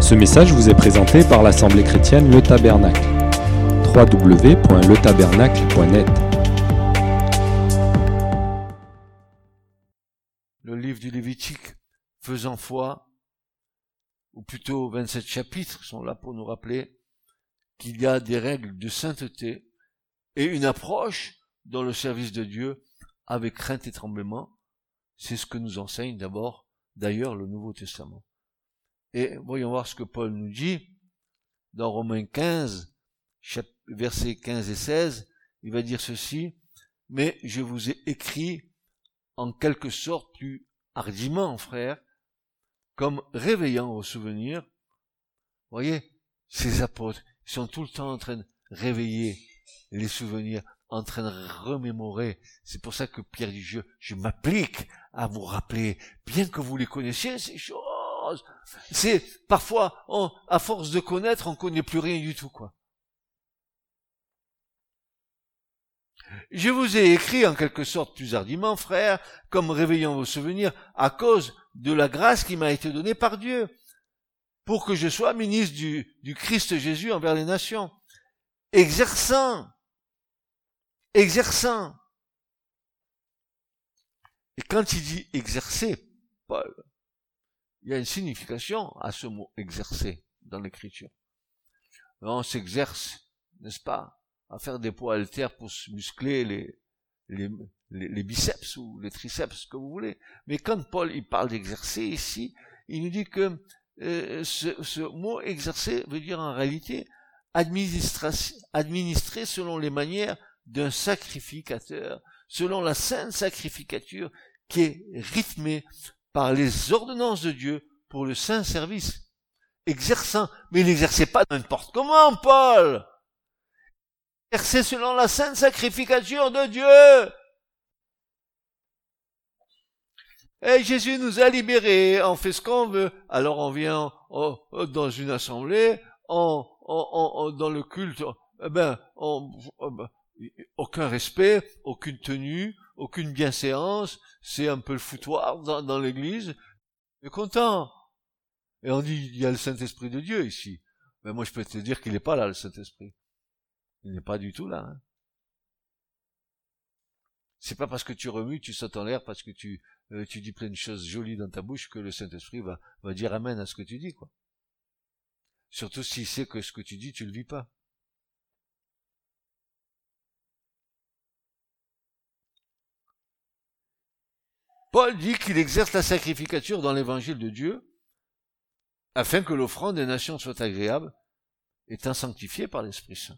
Ce message vous est présenté par l'Assemblée chrétienne Le Tabernacle. www.letabernacle.net. Le livre du Lévitique, faisant foi, ou plutôt 27 chapitres sont là pour nous rappeler qu'il y a des règles de sainteté et une approche dans le service de Dieu avec crainte et tremblement. C'est ce que nous enseigne d'ailleurs le Nouveau Testament. Et voyons voir ce que Paul nous dit dans Romains 15, versets 15 et 16. Il va dire ceci: « Mais je vous ai écrit en quelque sorte plus hardiment, frères, comme réveillant vos souvenirs. » Vous voyez, ces apôtres, ils sont tout le temps en train de réveiller les souvenirs, en train de remémorer. C'est pour ça que Pierre dit, je m'applique à vous rappeler, bien que vous les connaissiez, ces choses. C'est parfois, à force de connaître, on connaît plus rien du tout, quoi. Je vous ai écrit en quelque sorte plus hardiment, frères, comme réveillant vos souvenirs, à cause de la grâce qui m'a été donnée par Dieu, pour que je sois ministre du Christ Jésus envers les nations, exerçant. Et quand il dit exercer, Paul, il y a une signification à ce mot exercer dans l'écriture. On s'exerce, n'est-ce pas, à faire des poids haltères pour se muscler les biceps ou les triceps, ce que vous voulez. Mais quand Paul il parle d'exercer ici, il nous dit que ce mot exercer veut dire en réalité administrer selon les manières d'un sacrificateur, selon la sainte sacrificature qui est rythmée par les ordonnances de Dieu pour le saint service. Exerçant, mais il n'exerçait pas n'importe comment, Paul. Exercer selon la sainte sacrificature de Dieu. Et Jésus nous a libérés, on fait ce qu'on veut. Alors on vient dans une assemblée, dans le culte, aucun respect, aucune tenue, aucune bienséance, c'est un peu le foutoir dans l'église. On est content. Et on dit, il y a le Saint-Esprit de Dieu ici. Mais moi je peux te dire qu'il n'est pas là, le Saint-Esprit. Il n'est pas du tout là. Hein. C'est pas parce que tu remues, tu sautes en l'air, parce que tu dis plein de choses jolies dans ta bouche que le Saint-Esprit va dire amen à ce que tu dis, quoi. Surtout s'il sait que ce que tu dis, tu le vis pas. Paul dit qu'il exerce la sacrificature dans l'évangile de Dieu, afin que l'offrande des nations soit agréable, étant sanctifiée par l'Esprit Saint.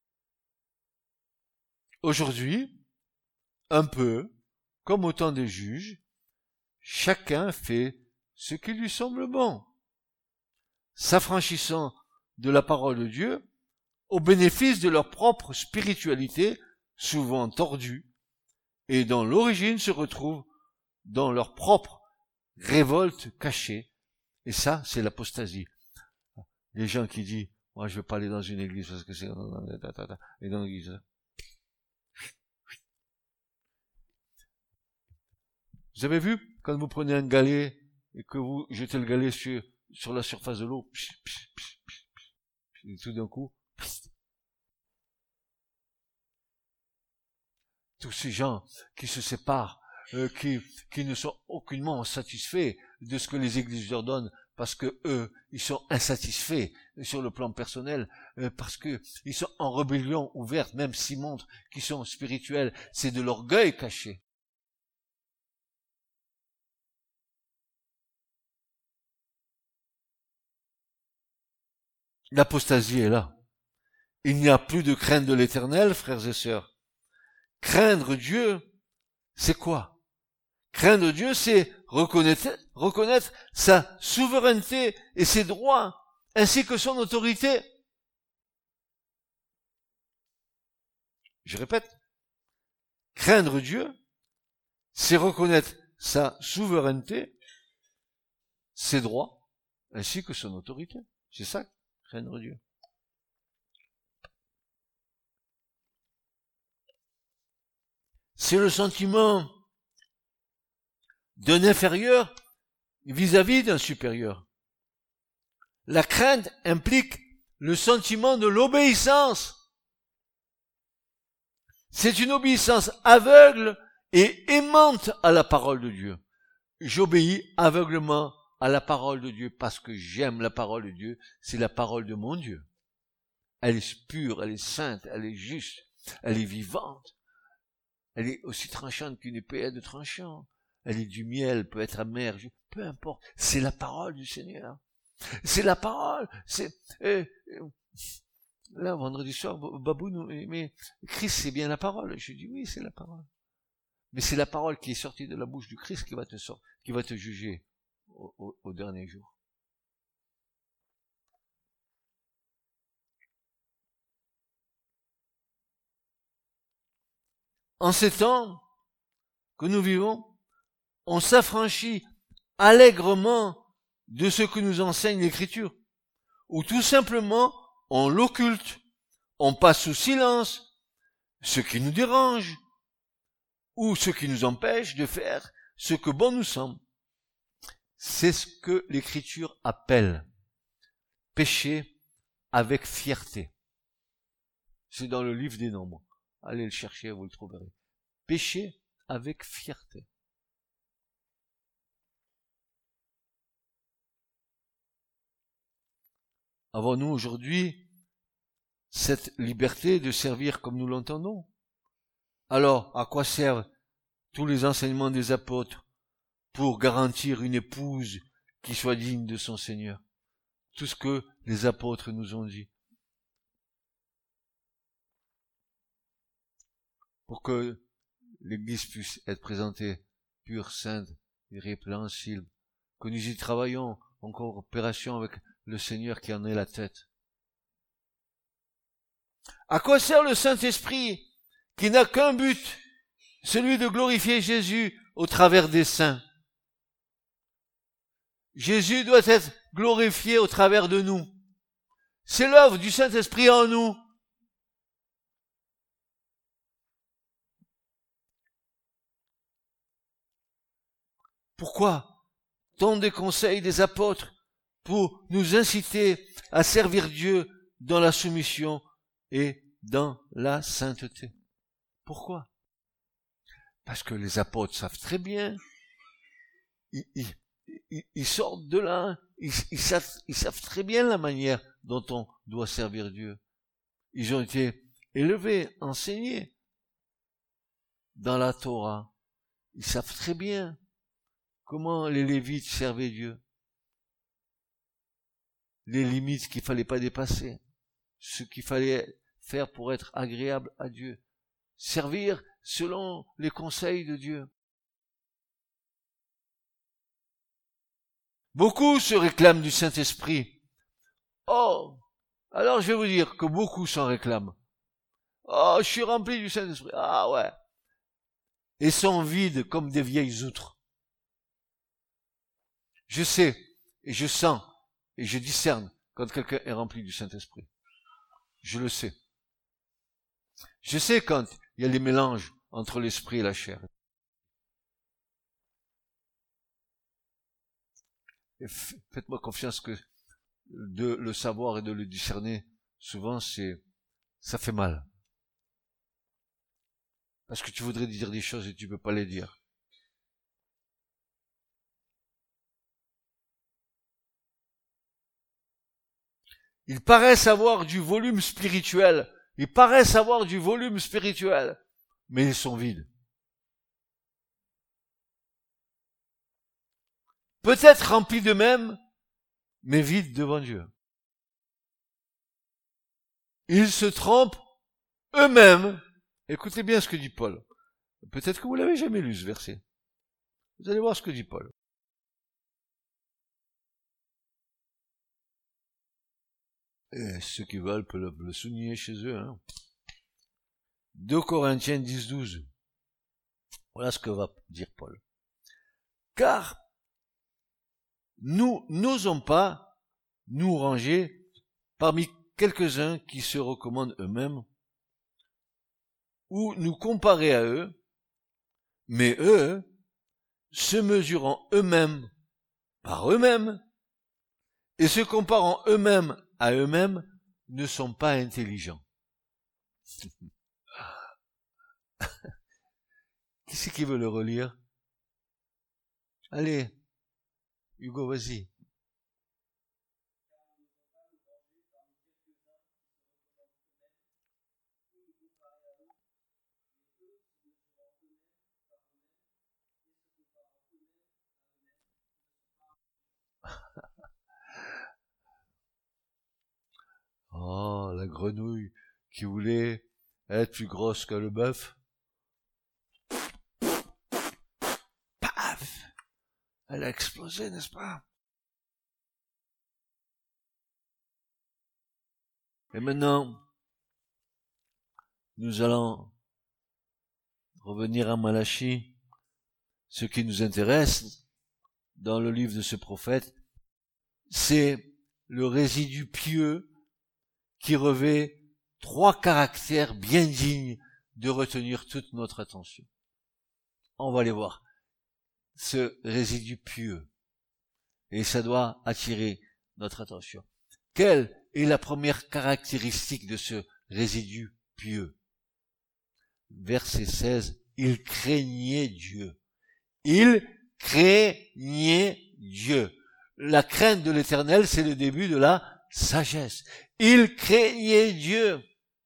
Aujourd'hui, un peu, comme au temps des juges, chacun fait ce qui lui semble bon, s'affranchissant de la parole de Dieu au bénéfice de leur propre spiritualité, souvent tordue, et dont l'origine se retrouve dans leur propre révolte cachée. Et ça, c'est l'apostasie. Les gens qui disent, moi je veux pas aller dans une église parce que c'est... Et dans l'église... Vous avez vu, quand vous prenez un galet et que vous jetez le galet sur la surface de l'eau, et tout d'un coup, tous ces gens qui se séparent, qui ne sont aucunement satisfaits de ce que les églises leur donnent, parce que eux, ils sont insatisfaits sur le plan personnel, parce que ils sont en rébellion ouverte, même s'ils montrent qu'ils sont spirituels, c'est de l'orgueil caché. L'apostasie est là. Il n'y a plus de crainte de l'Éternel, frères et sœurs. Craindre Dieu, c'est quoi? Craindre Dieu, c'est reconnaître sa souveraineté et ses droits, ainsi que son autorité. Je répète, craindre Dieu, c'est reconnaître sa souveraineté, ses droits, ainsi que son autorité. C'est ça, craindre Dieu. C'est le sentiment d'un inférieur vis-à-vis d'un supérieur. La crainte implique le sentiment de l'obéissance. C'est une obéissance aveugle et aimante à la parole de Dieu. J'obéis aveuglement à la parole de Dieu parce que j'aime la parole de Dieu. C'est la parole de mon Dieu. Elle est pure, elle est sainte, elle est juste, elle est vivante. Elle est aussi tranchante qu'une épée à deux tranchants. Elle est du miel, peut être amère, peu importe. C'est la parole du Seigneur. C'est la parole. Là, vendredi soir, Babou nous, mais Christ, c'est bien la parole. Je dis oui, c'est la parole. Mais c'est la parole qui est sortie de la bouche du Christ qui va te juger au dernier jour. En ces temps que nous vivons, on s'affranchit allègrement de ce que nous enseigne l'Écriture, ou tout simplement on l'occulte, on passe sous silence ce qui nous dérange, ou ce qui nous empêche de faire ce que bon nous semble. C'est ce que l'Écriture appelle pécher avec fierté. C'est dans le livre des Nombres. Allez le chercher, vous le trouverez. Pécher avec fierté. Avons-nous aujourd'hui cette liberté de servir comme nous l'entendons? Alors, à quoi servent tous les enseignements des apôtres pour garantir une épouse qui soit digne de son Seigneur? Tout ce que les apôtres nous ont dit. Pour que l'Église puisse être présentée pure, sainte, irrépréhensible, que nous y travaillons en coopération avec le Seigneur qui en est la tête. À quoi sert le Saint-Esprit qui n'a qu'un but, celui de glorifier Jésus au travers des saints? Jésus doit être glorifié au travers de nous. C'est l'œuvre du Saint-Esprit en nous. Pourquoi tant de conseils des apôtres pour nous inciter à servir Dieu dans la soumission et dans la sainteté? Pourquoi? Parce que les apôtres savent très bien, ils sortent de là, ils savent très bien la manière dont on doit servir Dieu. Ils ont été élevés, enseignés dans la Torah. Ils savent très bien comment les Lévites servaient Dieu. Les limites qu'il fallait pas dépasser. Ce qu'il fallait faire pour être agréable à Dieu. Servir selon les conseils de Dieu. Beaucoup se réclament du Saint-Esprit. Oh, alors je vais vous dire que beaucoup s'en réclament. Oh, je suis rempli du Saint-Esprit. Ah ouais. Et sont vides comme des vieilles outres. Je sais, et je sens, et je discerne quand quelqu'un est rempli du Saint-Esprit. Je le sais. Je sais quand il y a les mélanges entre l'esprit et la chair. Et faites-moi confiance que de le savoir et de le discerner, souvent ça fait mal. Parce que tu voudrais dire des choses et tu peux pas les dire. Ils paraissent avoir du volume spirituel. Mais ils sont vides. Peut-être remplis d'eux-mêmes, mais vides devant Dieu. Ils se trompent eux-mêmes. Écoutez bien ce que dit Paul. Peut-être que vous l'avez jamais lu ce verset. Vous allez voir ce que dit Paul. Et ceux qui veulent peuvent le souligner chez eux. 2 Corinthiens 10-12. Voilà ce que va dire Paul. Car nous n'osons pas nous ranger parmi quelques-uns qui se recommandent eux-mêmes ou nous comparer à eux, mais eux, se mesurant eux-mêmes par eux-mêmes, et se comparant eux-mêmes à eux-mêmes ne sont pas intelligents. Qui c'est qui veut le relire? Allez, Hugo, vas-y. Oh, la grenouille qui voulait être plus grosse que le bœuf. Paf! Elle a explosé, n'est-ce pas? Et maintenant, nous allons revenir à Malachie. Ce qui nous intéresse dans le livre de ce prophète, c'est le résidu pieux qui revêt 3 caractères bien dignes de retenir toute notre attention. On va les voir. Ce résidu pieux. Et ça doit attirer notre attention. Quelle est la première caractéristique de ce résidu pieux? Verset 16. Il craignait Dieu. Il craignait Dieu. La crainte de l'Éternel, c'est le début de la sagesse. Il craignait Dieu.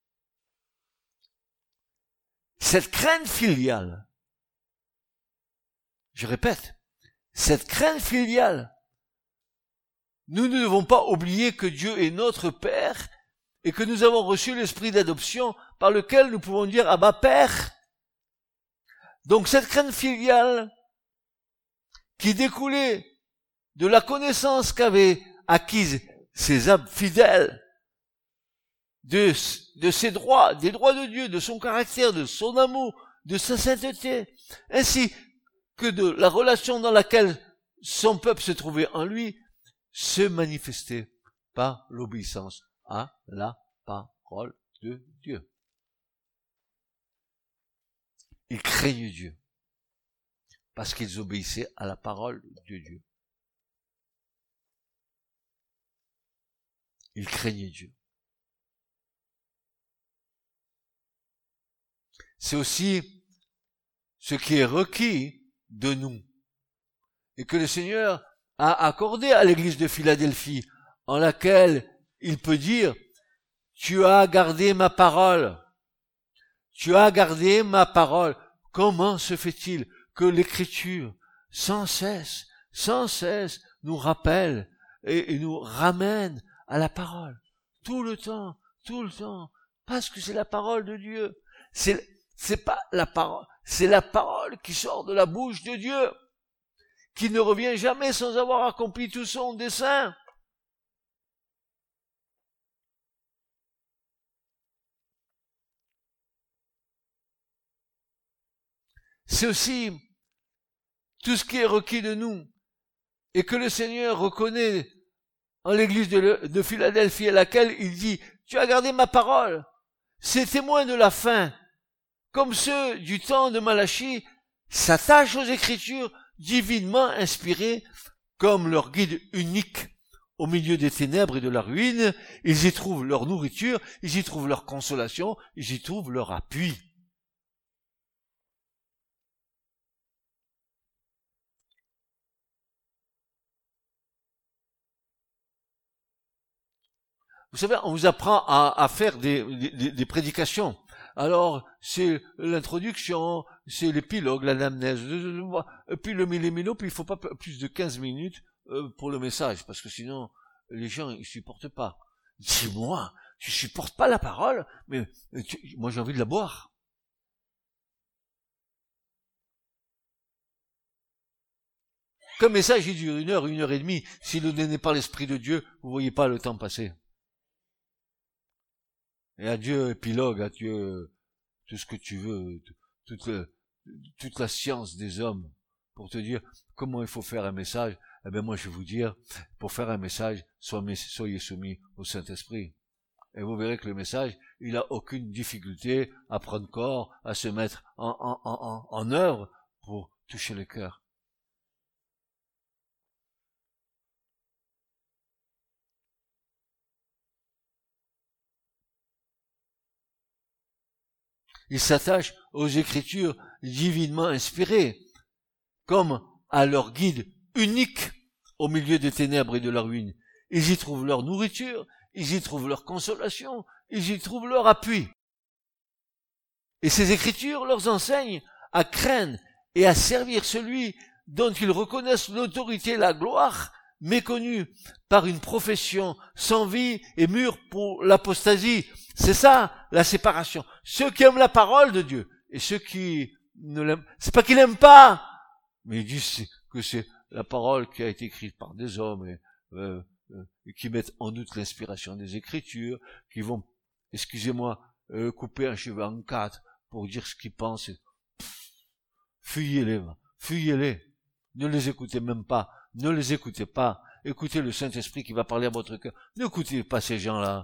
Cette crainte filiale, je répète, cette crainte filiale, nous ne devons pas oublier que Dieu est notre Père et que nous avons reçu l'esprit d'adoption par lequel nous pouvons dire « Abba, Père ». Donc cette crainte filiale qui découlait de la connaissance qu'avaient acquise ces âmes fidèles de ses droits, des droits de Dieu, de son caractère, de son amour, de sa sainteté, ainsi que de la relation dans laquelle son peuple se trouvait en lui, se manifestait par l'obéissance à la parole de Dieu. Ils craignaient Dieu parce qu'ils obéissaient à la parole de Dieu. Ils craignaient Dieu. C'est aussi ce qui est requis de nous et que le Seigneur a accordé à l'église de Philadelphie, en laquelle il peut dire « Tu as gardé ma parole. Tu as gardé ma parole. » Comment se fait-il que l'Écriture, sans cesse, nous rappelle et nous ramène à la parole? Tout le temps, parce que c'est la parole de Dieu. C'est pas la parole, c'est la parole qui sort de la bouche de Dieu, qui ne revient jamais sans avoir accompli tout son dessein. C'est aussi tout ce qui est requis de nous et que le Seigneur reconnaît en l'église de Philadelphie, à laquelle il dit « Tu as gardé ma parole ». Ces témoins de la fin, comme ceux du temps de Malachie, s'attachent aux Écritures divinement inspirées comme leur guide unique au milieu des ténèbres et de la ruine. Ils y trouvent leur nourriture, ils y trouvent leur consolation, ils y trouvent leur appui. Vous savez, on vous apprend à faire des prédications. Alors, c'est l'introduction, c'est l'épilogue, l'anamnèse, puis le mélémélo, puis il faut pas plus de 15 minutes pour le message, parce que sinon, les gens, ils supportent pas. Dis-moi, tu supportes pas la parole, mais moi j'ai envie de la boire. Qu'un message, il dure 1 heure et demie, s'il ne n'est pas l'Esprit de Dieu, vous voyez pas le temps passer. Et à Dieu épilogue, à Dieu tout ce que tu veux, toute la science des hommes, pour te dire comment il faut faire un message. Eh bien moi je vais vous dire, pour faire un message, soyez soumis au Saint-Esprit. Et vous verrez que le message, il a aucune difficulté à prendre corps, à se mettre en œuvre pour toucher le cœur. Ils s'attachent aux Écritures divinement inspirées, comme à leur guide unique au milieu des ténèbres et de la ruine. Ils y trouvent leur nourriture, ils y trouvent leur consolation, ils y trouvent leur appui. Et ces Écritures leur enseignent à craindre et à servir celui dont ils reconnaissent l'autorité et la gloire, méconnus par une profession sans vie et mûrs pour l'apostasie. C'est ça, la séparation. Ceux qui aiment la parole de Dieu et ceux qui ne l'aiment, c'est pas qu'ils l'aiment pas, mais ils disent que c'est la parole qui a été écrite par des hommes et qui mettent en doute l'inspiration des Écritures, qui vont, excusez-moi, couper un cheveu en 4 pour dire ce qu'ils pensent. Fuyez-les, fuyez-les. Ne les écoutez même pas. Ne les écoutez pas. Écoutez le Saint-Esprit qui va parler à votre cœur. N'écoutez pas ces gens-là.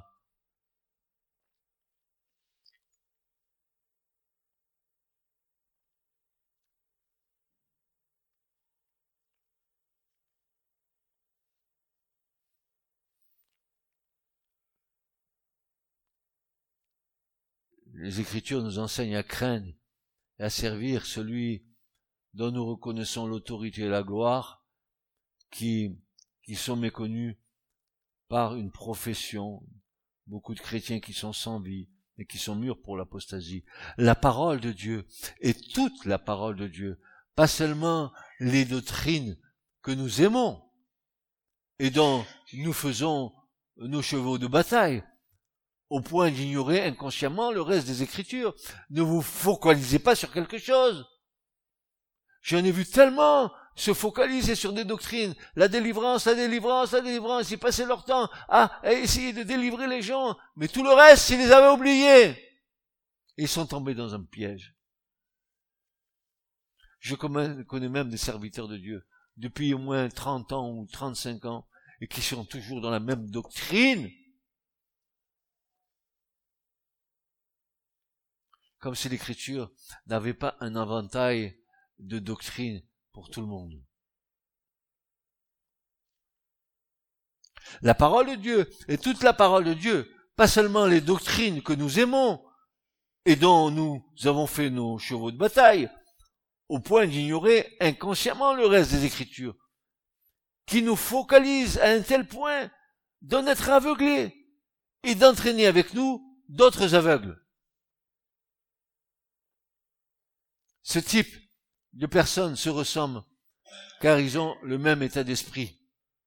Les Écritures nous enseignent à craindre et à servir celui dont nous reconnaissons l'autorité et la gloire, qui sont méconnus par une profession, beaucoup de chrétiens qui sont sans vie et qui sont mûrs pour l'apostasie. La parole de Dieu est toute la parole de Dieu, pas seulement les doctrines que nous aimons et dont nous faisons nos chevaux de bataille, au point d'ignorer inconsciemment le reste des Écritures. Ne vous focalisez pas sur quelque chose. J'en ai vu tellement se focaliser sur des doctrines, la délivrance, ils passaient leur temps à essayer de délivrer les gens, mais tout le reste, ils les avaient oubliés. Et ils sont tombés dans un piège. Je connais même des serviteurs de Dieu, depuis au moins 30 ans ou 35 ans, et qui sont toujours dans la même doctrine. Comme si l'Écriture n'avait pas un éventail de doctrines pour tout le monde. La parole de Dieu est toute la parole de Dieu, pas seulement les doctrines que nous aimons et dont nous avons fait nos chevaux de bataille, au point d'ignorer inconsciemment le reste des Écritures, qui nous focalisent à un tel point d'en être aveuglés et d'entraîner avec nous d'autres aveugles. Ce type de personnes se ressemblent car ils ont le même état d'esprit.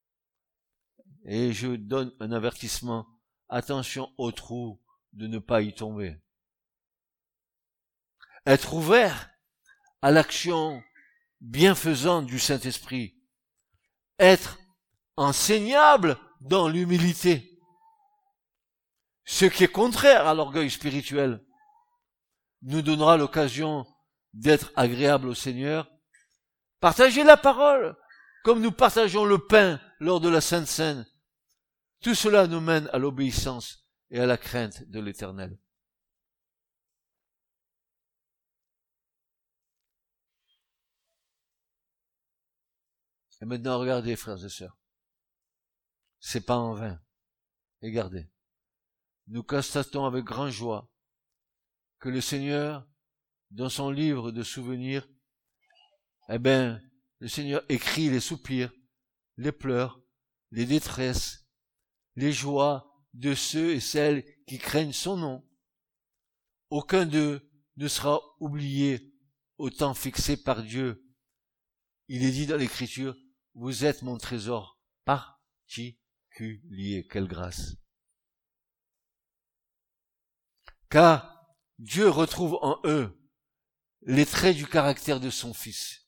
Et je donne un avertissement, attention au trou de ne pas y tomber. Être ouvert à l'action bienfaisante du Saint-Esprit, être enseignable dans l'humilité, ce qui est contraire à l'orgueil spirituel, nous donnera l'occasion d'être agréable au Seigneur. Partagez la parole, comme nous partageons le pain lors de la Sainte Seine. Tout cela nous mène à l'obéissance et à la crainte de l'Éternel. Et maintenant, regardez, frères et sœurs. C'est pas en vain. Regardez. Nous constatons avec grande joie que le Seigneur, dans son livre de souvenirs, le Seigneur écrit les soupirs, les pleurs, les détresses, les joies de ceux et celles qui craignent son nom. Aucun d'eux ne sera oublié au temps fixé par Dieu. Il est dit dans l'Écriture, vous êtes mon trésor particulier. Quelle grâce. Car Dieu retrouve en eux les traits du caractère de son Fils.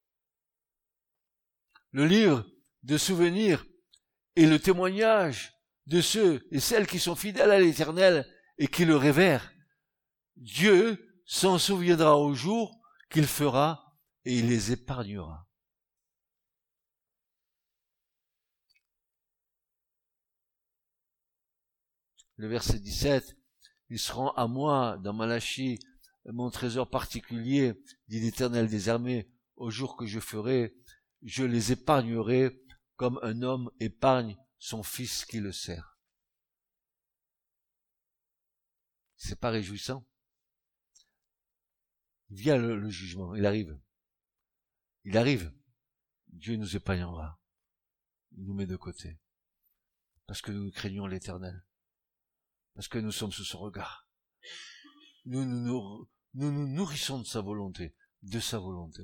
Le livre de souvenirs est le témoignage de ceux et celles qui sont fidèles à l'Éternel et qui le révèrent. Dieu s'en souviendra au jour qu'il fera et il les épargnera. Le verset 17, ils seront à moi dans Malachie, mon trésor particulier, dit l'Éternel des armées, au jour que je ferai, je les épargnerai comme un homme épargne son fils qui le sert. C'est pas réjouissant? vient le jugement, il arrive. Il arrive. Dieu nous épargnera. Il nous met de côté. Parce que nous craignons l'Éternel. Parce que nous sommes sous son regard. Nous nous nourrissons de sa volonté. De sa volonté.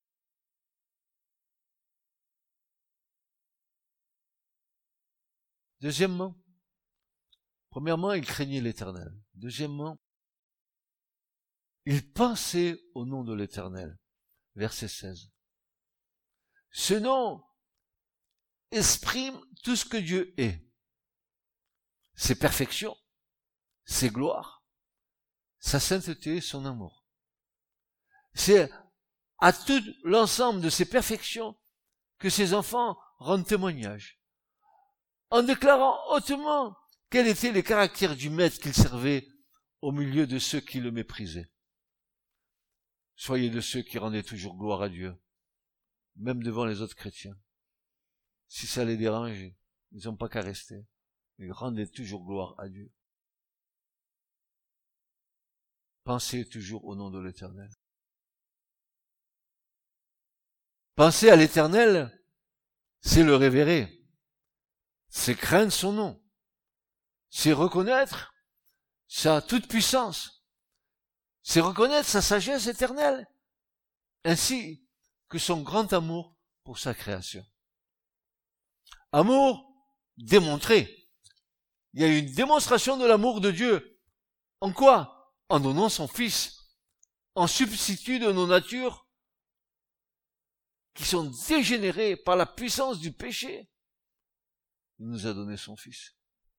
Deuxièmement, premièrement, il craignait l'Éternel. Deuxièmement, il pensait au nom de l'Éternel. Verset 16. Ce nom exprime tout ce que Dieu est. Ses perfections, ses gloires, sa sainteté, son amour. C'est à tout l'ensemble de ces perfections que ses enfants rendent témoignage, en déclarant hautement quels étaient les caractères du maître qu'il servait au milieu de ceux qui le méprisaient. Soyez de ceux qui rendaient toujours gloire à Dieu, même devant les autres chrétiens. Si ça les dérange, ils n'ont pas qu'à rester. Ils rendaient toujours gloire à Dieu. Pensez toujours au nom de l'Éternel. Penser à l'Éternel, c'est le révérer. C'est craindre son nom. C'est reconnaître sa toute-puissance. C'est reconnaître sa sagesse éternelle, ainsi que son grand amour pour sa création. Amour démontré. Il y a une démonstration de l'amour de Dieu. En quoi? En donnant son Fils, en substitut de nos natures qui sont dégénérées par la puissance du péché. Il nous a donné son Fils.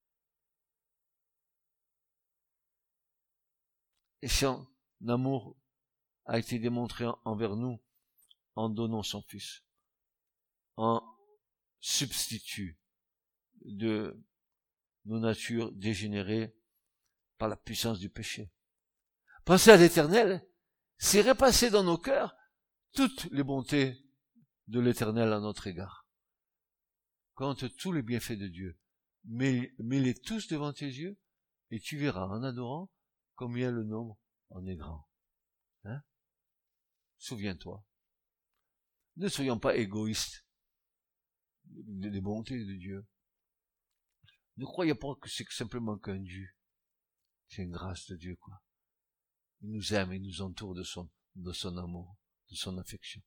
Et son amour a été démontré envers nous en donnant son Fils, en substitut de nos natures dégénérées par la puissance du péché. Penser à l'Éternel, c'est repasser dans nos cœurs toutes les bontés de l'Éternel à notre égard. Compte tous les bienfaits de Dieu, mets-les tous devant tes yeux, et tu verras en adorant combien le nombre en est grand. Hein? Souviens-toi. Ne soyons pas égoïstes des bontés de Dieu. Ne croyez pas que c'est simplement qu'un dû. C'est une grâce de Dieu, quoi. Il nous aime, il nous entoure de son amour, de son affection.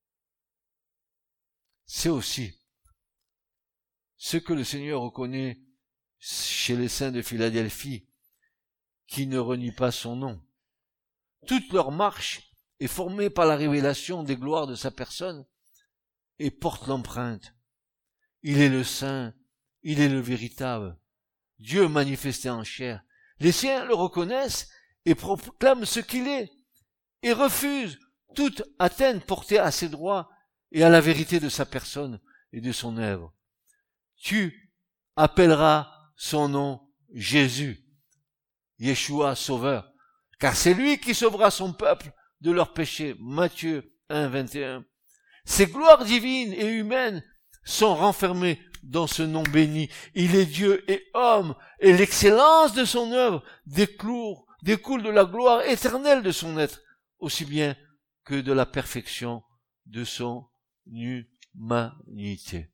C'est aussi ce que le Seigneur reconnaît chez les saints de Philadelphie, qui ne renient pas son nom. Toute leur marche est formée par la révélation des gloires de sa personne et porte l'empreinte. Il est le saint, il est le véritable, Dieu manifesté en chair. Les siens le reconnaissent et proclament ce qu'il est, et refusent toute atteinte portée à ses droits et à la vérité de sa personne et de son œuvre. Tu appelleras son nom Jésus, Yeshua Sauveur, car c'est lui qui sauvera son peuple de leurs péchés. Matthieu 1, 21. Ces gloires divines et humaines sont renfermées dans ce nom béni. Il est Dieu et homme, et l'excellence de son œuvre découle de la gloire éternelle de son être, aussi bien que de la perfection de son humanité.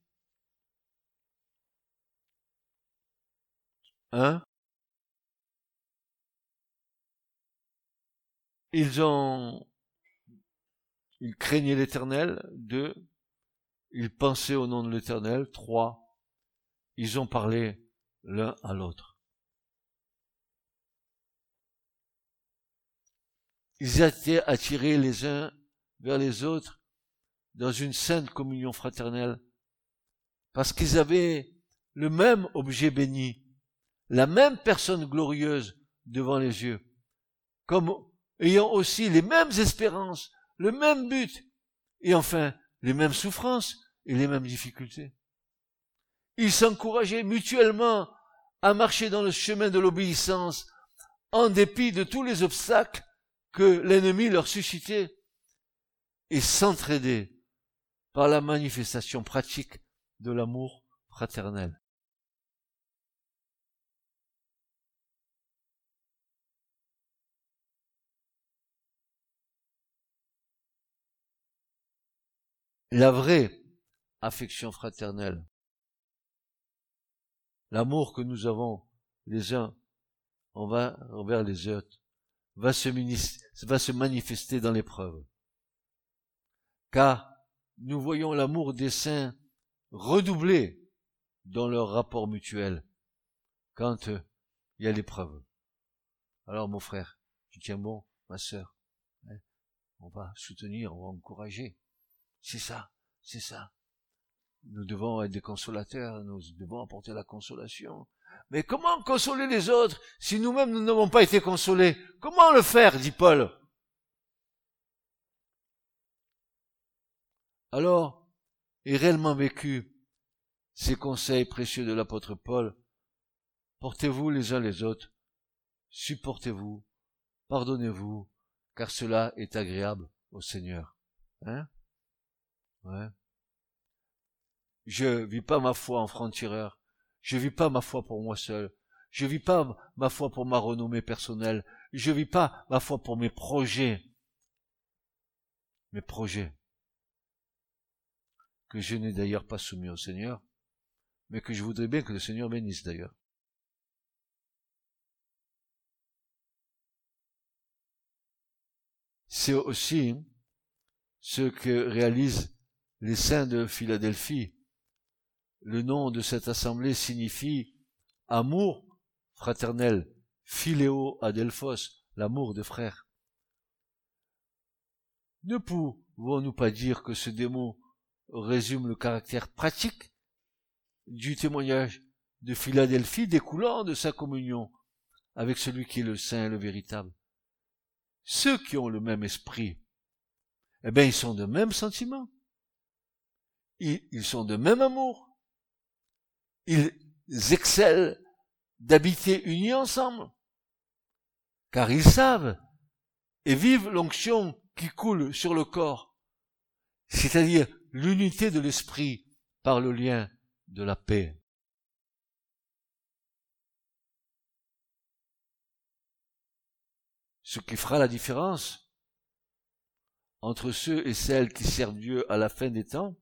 Hein? Ils craignaient l'Éternel. 2, ils pensaient au nom de l'Éternel. 3, ils ont parlé l'un à l'autre. Ils étaient attirés les uns vers les autres dans une sainte communion fraternelle, parce qu'ils avaient le même objet béni, la même personne glorieuse devant les yeux, comme ayant aussi les mêmes espérances, le même but, et enfin les mêmes souffrances et les mêmes difficultés. Ils s'encourageaient mutuellement à marcher dans le chemin de l'obéissance, en dépit de tous les obstacles que l'ennemi leur suscitait, et s'entraidaient par la manifestation pratique de l'amour fraternel. la vraie affection fraternelle, l'amour que nous avons les uns envers les autres, va se manifester dans l'épreuve. Car nous voyons l'amour des saints redoubler dans leur rapport mutuel quand il y a l'épreuve. Alors mon frère, tu tiens bon, ma sœur, hein, on va soutenir, on va encourager. C'est ça. Nous devons être des consolateurs, nous devons apporter la consolation. Mais comment consoler les autres si nous-mêmes nous n'avons pas été consolés? Comment le faire, dit Paul? Alors, et réellement vécu ces conseils précieux de l'apôtre Paul, portez-vous les uns les autres, supportez-vous, pardonnez-vous, car cela est agréable au Seigneur. Hein? Ouais. Je vis pas ma foi en franc-tireur. Je vis pas ma foi pour moi seul. Je vis pas ma foi pour ma renommée personnelle. Je vis pas ma foi pour mes projets. Mes projets. Que je n'ai d'ailleurs pas soumis au Seigneur, mais que je voudrais bien que le Seigneur bénisse d'ailleurs. C'est aussi ce que réalisent les saints de Philadelphie. Le nom de cette assemblée signifie amour fraternel, philéo adelphos, l'amour de frères. Ne pouvons-nous pas dire que ce démon résume le caractère pratique du témoignage de Philadelphie découlant de sa communion avec celui qui est le saint et le véritable? Ceux qui ont le même esprit, eh bien, ils sont de même sentiment. Ils sont de même amour. Ils excellent d'habiter unis ensemble, car ils savent et vivent l'onction qui coule sur le corps, c'est-à-dire l'unité de l'esprit par le lien de la paix. Ce qui fera la différence entre ceux et celles qui servent Dieu à la fin des temps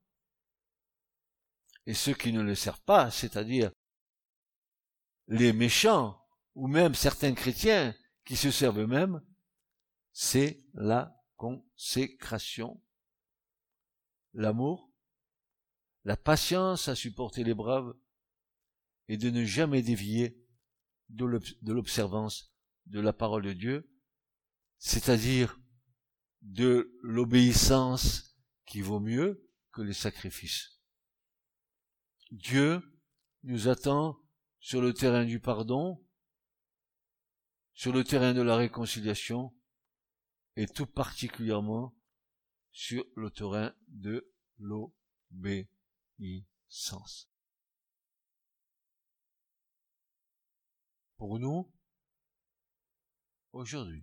et ceux qui ne le servent pas, c'est-à-dire les méchants ou même certains chrétiens qui se servent eux-mêmes, c'est la consécration, l'amour, la patience à supporter l'épreuve et de ne jamais dévier de l'observance de la parole de Dieu, c'est-à-dire de l'obéissance qui vaut mieux que les sacrifices. Dieu nous attend sur le terrain du pardon, sur le terrain de la réconciliation, et tout particulièrement sur le terrain de l'obéissance. Pour nous, aujourd'hui,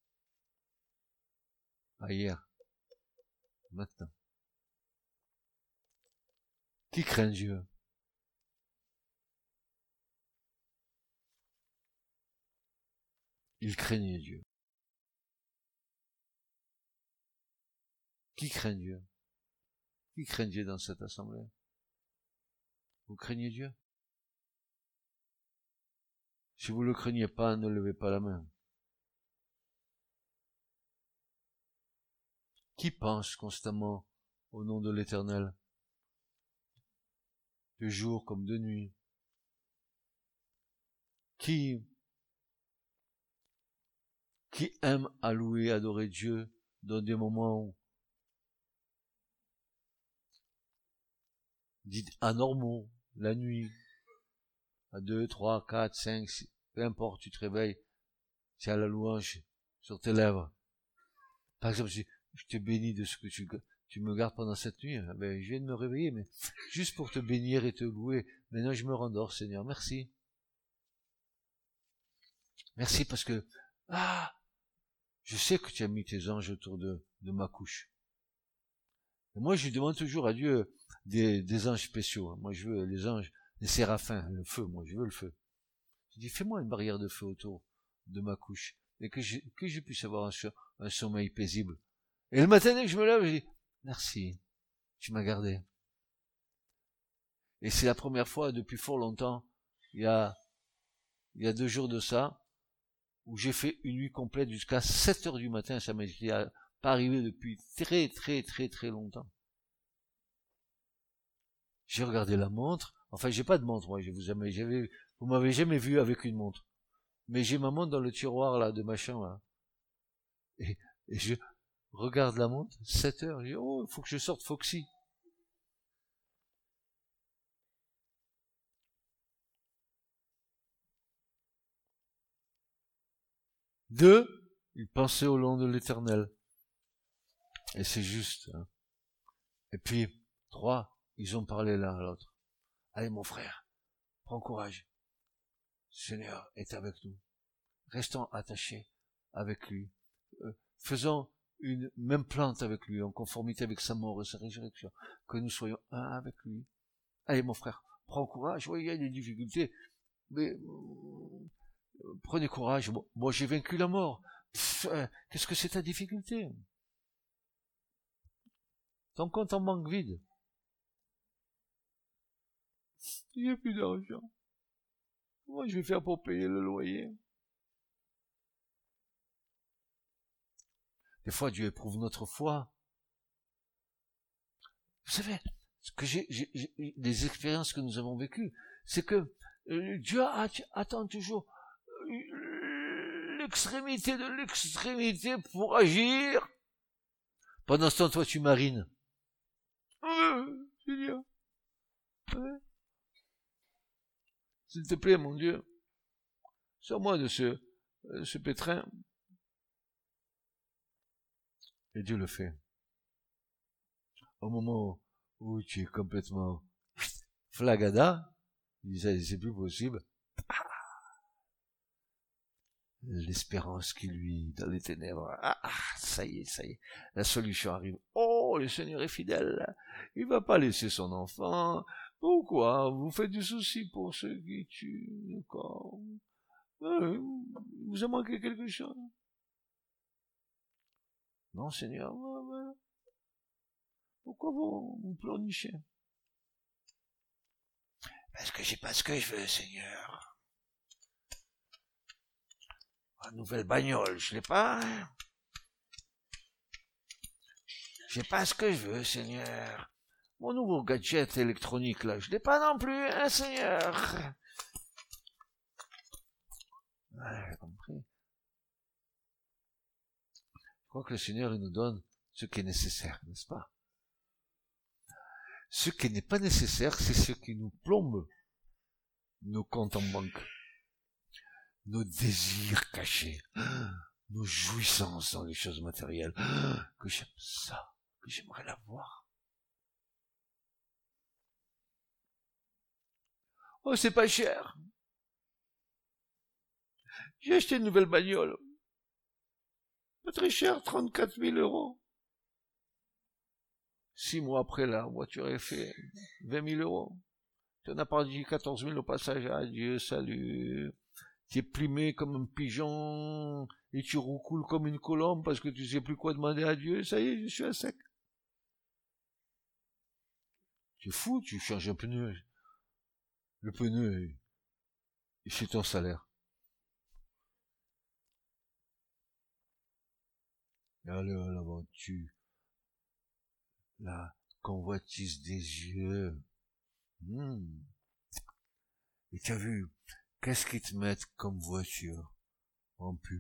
pas hier, maintenant, qui craint Dieu? Il craignait Dieu. Qui craint Dieu? Qui craint Dieu dans cette assemblée? Vous craignez Dieu? Si vous ne le craignez pas, ne levez pas la main. Qui pense constamment au nom de l'Éternel, de jour comme de nuit? Qui aime à louer, adorer Dieu dans des moments dits anormaux, la nuit, à 2, 3, 4, 5, 6, peu importe, tu te réveilles, tu as la louange sur tes lèvres. Par exemple, si je te bénis de ce que tu me gardes pendant cette nuit, ben, je viens de me réveiller, mais juste pour te bénir et te louer. Maintenant, je me rendors, Seigneur. Merci. Merci parce que, je sais que tu as mis tes anges autour de ma couche. Et moi, je demande toujours à Dieu des anges spéciaux. Moi, je veux les anges, les séraphins, le feu. Moi, je veux le feu. Je dis, fais-moi une barrière de feu autour de ma couche, et que je puisse avoir un sommeil paisible. Et le matin, dès que je me lève, je dis, merci. tu m'as gardé. Et c'est la première fois depuis fort longtemps, il y a 2 jours de ça, où j'ai fait une nuit complète jusqu'à 7 heures du matin. Ça m'était pas arrivé depuis très très très très longtemps. J'ai regardé la montre. Enfin, j'ai pas de montre, moi. Vous m'avez jamais vu avec une montre. Mais j'ai ma montre dans le tiroir, là, de machin, là. Et je regarde la montre, 7 heures. Je dis, oh, il faut que je sorte Foxy. Deux, ils pensaient au long de l'éternel. Et c'est juste. Hein. Et puis, 3, ils ont parlé l'un à l'autre. Allez, mon frère, prends courage. Le Seigneur est avec nous. Restons attachés avec lui. Faisons une même plante avec lui, en conformité avec sa mort et sa résurrection. Que nous soyons un avec lui. Allez, mon frère, prends courage. Oui, il y a des difficultés, mais prenez courage. Bon, moi, j'ai vaincu la mort. Qu'est-ce que c'est ta difficulté? Ton compte en banque vide. Il n'y a plus d'argent. Comment je vais faire pour payer le loyer? Des fois, Dieu éprouve notre foi. Vous savez, ce que les expériences que nous avons vécues, c'est que Dieu attend toujours l'extrémité de l'extrémité pour agir. Pendant ce temps, toi, tu marines. Seigneur. S'il te plaît, mon Dieu, sors-moi de ce pétrin. Et Dieu le fait. Au moment où tu es complètement flagada, il dit, c'est plus possible. L'espérance qui lui, dans les ténèbres, ça y est, la solution arrive. Oh, le Seigneur est fidèle, il va pas laisser son enfant. Pourquoi vous faites du souci pour ceux qui tuent le corps? Vous a manqué quelque chose? Non, Seigneur, pourquoi vous pleurnichez? Parce que j'ai pas ce que je veux, Seigneur. Une nouvelle bagnole, je l'ai pas. J'ai pas ce que je veux, Seigneur. Mon nouveau gadget électronique, là, je l'ai pas non plus, hein, Seigneur. Ouais, j'ai compris. Je crois que le Seigneur, il nous donne ce qui est nécessaire, n'est-ce pas? Ce qui n'est pas nécessaire, c'est ce qui nous plombe nos comptes en banque, nos désirs cachés, nos jouissances dans les choses matérielles, que j'aime ça, que j'aimerais l'avoir. Oh, c'est pas cher. J'ai acheté une nouvelle bagnole. Pas très cher, 34 000 €. 6 mois après, la voiture est fait 20 000 €. Tu en as perdu 14 000 au passage. Adieu, salut. Tu es plumé comme un pigeon et tu roucoules comme une colombe parce que tu sais plus quoi demander à Dieu. Ça y est, je suis à sec. Tu es fou, tu changes un pneu. Le pneu, c'est ton salaire. Alors, l'aventure, la convoitise des yeux. Et tu as vu, qu'est-ce qu'ils te mettent comme voiture en pub?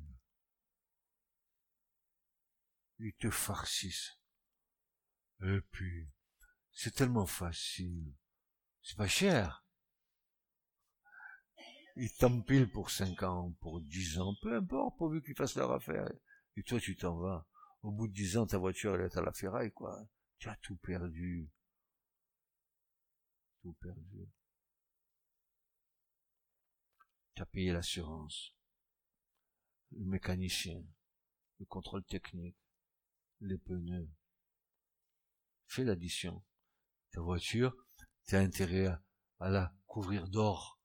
Ils te farcissent. Et puis, c'est tellement facile. C'est pas cher. Ils t'empilent pour 5 ans, pour 10 ans, peu importe, pourvu qu'ils fassent leur affaire. Et toi, tu t'en vas. Au bout de 10 ans, ta voiture, elle est à la ferraille, quoi. Tu as tout perdu. Tout perdu. Tu as payé l'assurance, le mécanicien, le contrôle technique, les pneus. Fais l'addition. Ta voiture, tu as intérêt à la couvrir d'or.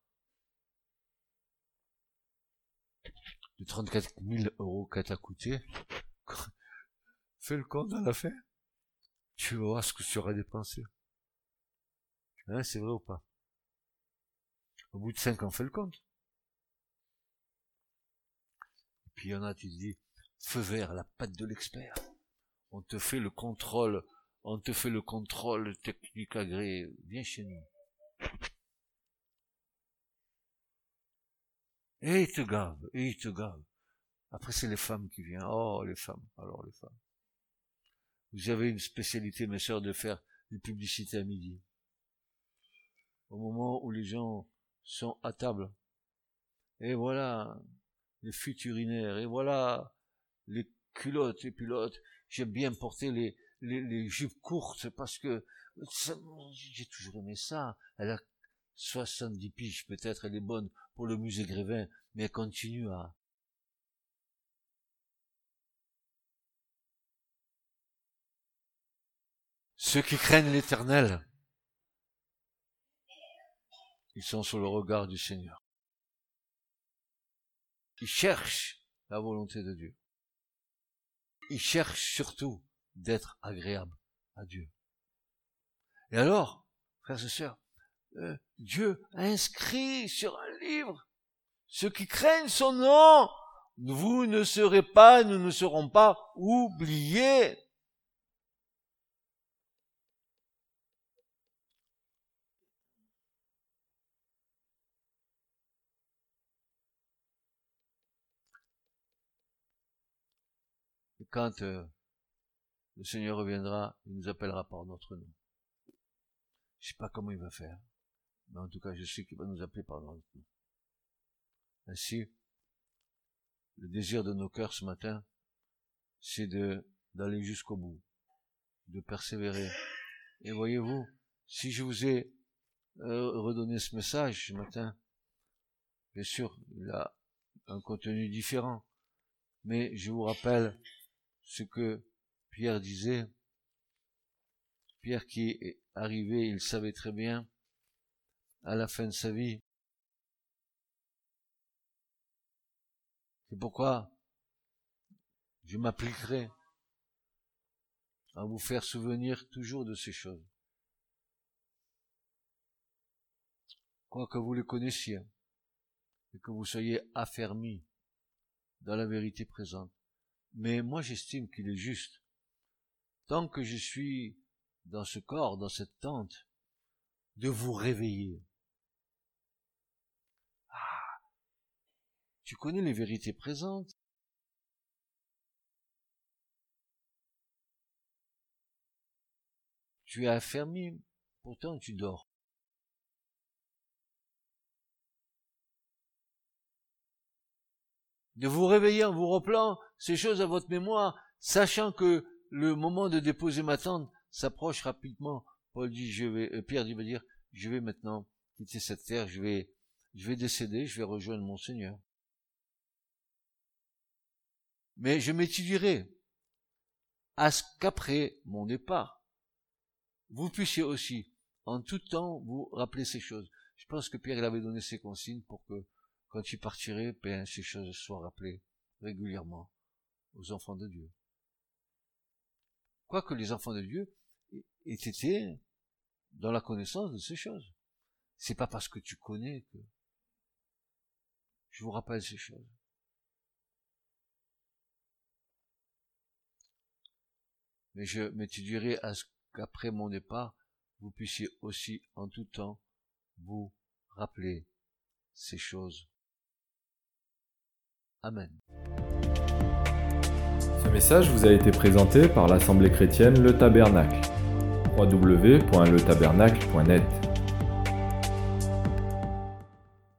De 34 000 € qu'elle t'a coûté. Fais le compte à la fin. tu vas voir ce que tu auras dépensé. Hein, c'est vrai ou pas? Au bout de 5 ans, fais le compte. Et puis il y en a, tu te dis, feu vert, la patte de l'expert. On te fait le contrôle technique agréé. Viens chez nous. Et il te gave. Après, c'est les femmes qui viennent. Oh, les femmes. Alors, les femmes. Vous avez une spécialité, mes sœurs, de faire une publicité à midi. Au moment où les gens sont à table. Et voilà, les futurinaires. Et voilà, les culottes et pilotes. J'aime bien porter les jupes courtes parce que j'ai toujours aimé ça. Elle a 70 piges peut-être, elle est bonne pour le musée Grévin, mais elle continue à... Ceux qui craignent l'Éternel, ils sont sous le regard du Seigneur. Ils cherchent la volonté de Dieu. Ils cherchent surtout d'être agréables à Dieu. Et alors, frères et sœurs, Dieu a inscrit sur un livre ceux qui craignent son nom. Nous ne serons pas oubliés. Et quand le Seigneur reviendra, il nous appellera par notre nom. Je sais pas comment il va faire, mais en tout cas, je sais qu'il va nous appeler par notre nom. Ainsi, le désir de nos cœurs ce matin, c'est d'aller jusqu'au bout, de persévérer. Et voyez-vous, si je vous ai redonné ce message ce matin, bien sûr, il a un contenu différent, mais je vous rappelle ce que Pierre disait. Pierre qui est arrivé, il savait très bien, à la fin de sa vie. C'est pourquoi je m'appliquerai à vous faire souvenir toujours de ces choses. Quoique vous les connaissiez, et que vous soyez affermis dans la vérité présente. Mais moi j'estime qu'il est juste, tant que je suis dans ce corps, dans cette tente, de vous réveiller. Ah, tu connais les vérités présentes. Tu es affermi, pourtant tu dors. De vous réveiller en vous rappelant ces choses à votre mémoire, sachant que le moment de déposer ma tente s'approche rapidement. Pierre va dire, je vais maintenant quitter cette terre, je vais décéder, je vais rejoindre mon Seigneur. Mais je m'étudierai à ce qu'après mon départ, vous puissiez aussi, en tout temps, vous rappeler ces choses. Je pense que Pierre, il avait donné ses consignes pour que, quand il partirait, ces choses soient rappelées régulièrement aux enfants de Dieu. Quoique les enfants de Dieu aient été dans la connaissance de ces choses. C'est pas parce que tu connais que je vous rappelle ces choses. Mais je m'étudierai à ce qu'après mon départ, vous puissiez aussi en tout temps vous rappeler ces choses. Amen. Ce message vous a été présenté par l'Assemblée chrétienne Le Tabernacle. www.letabernacle.net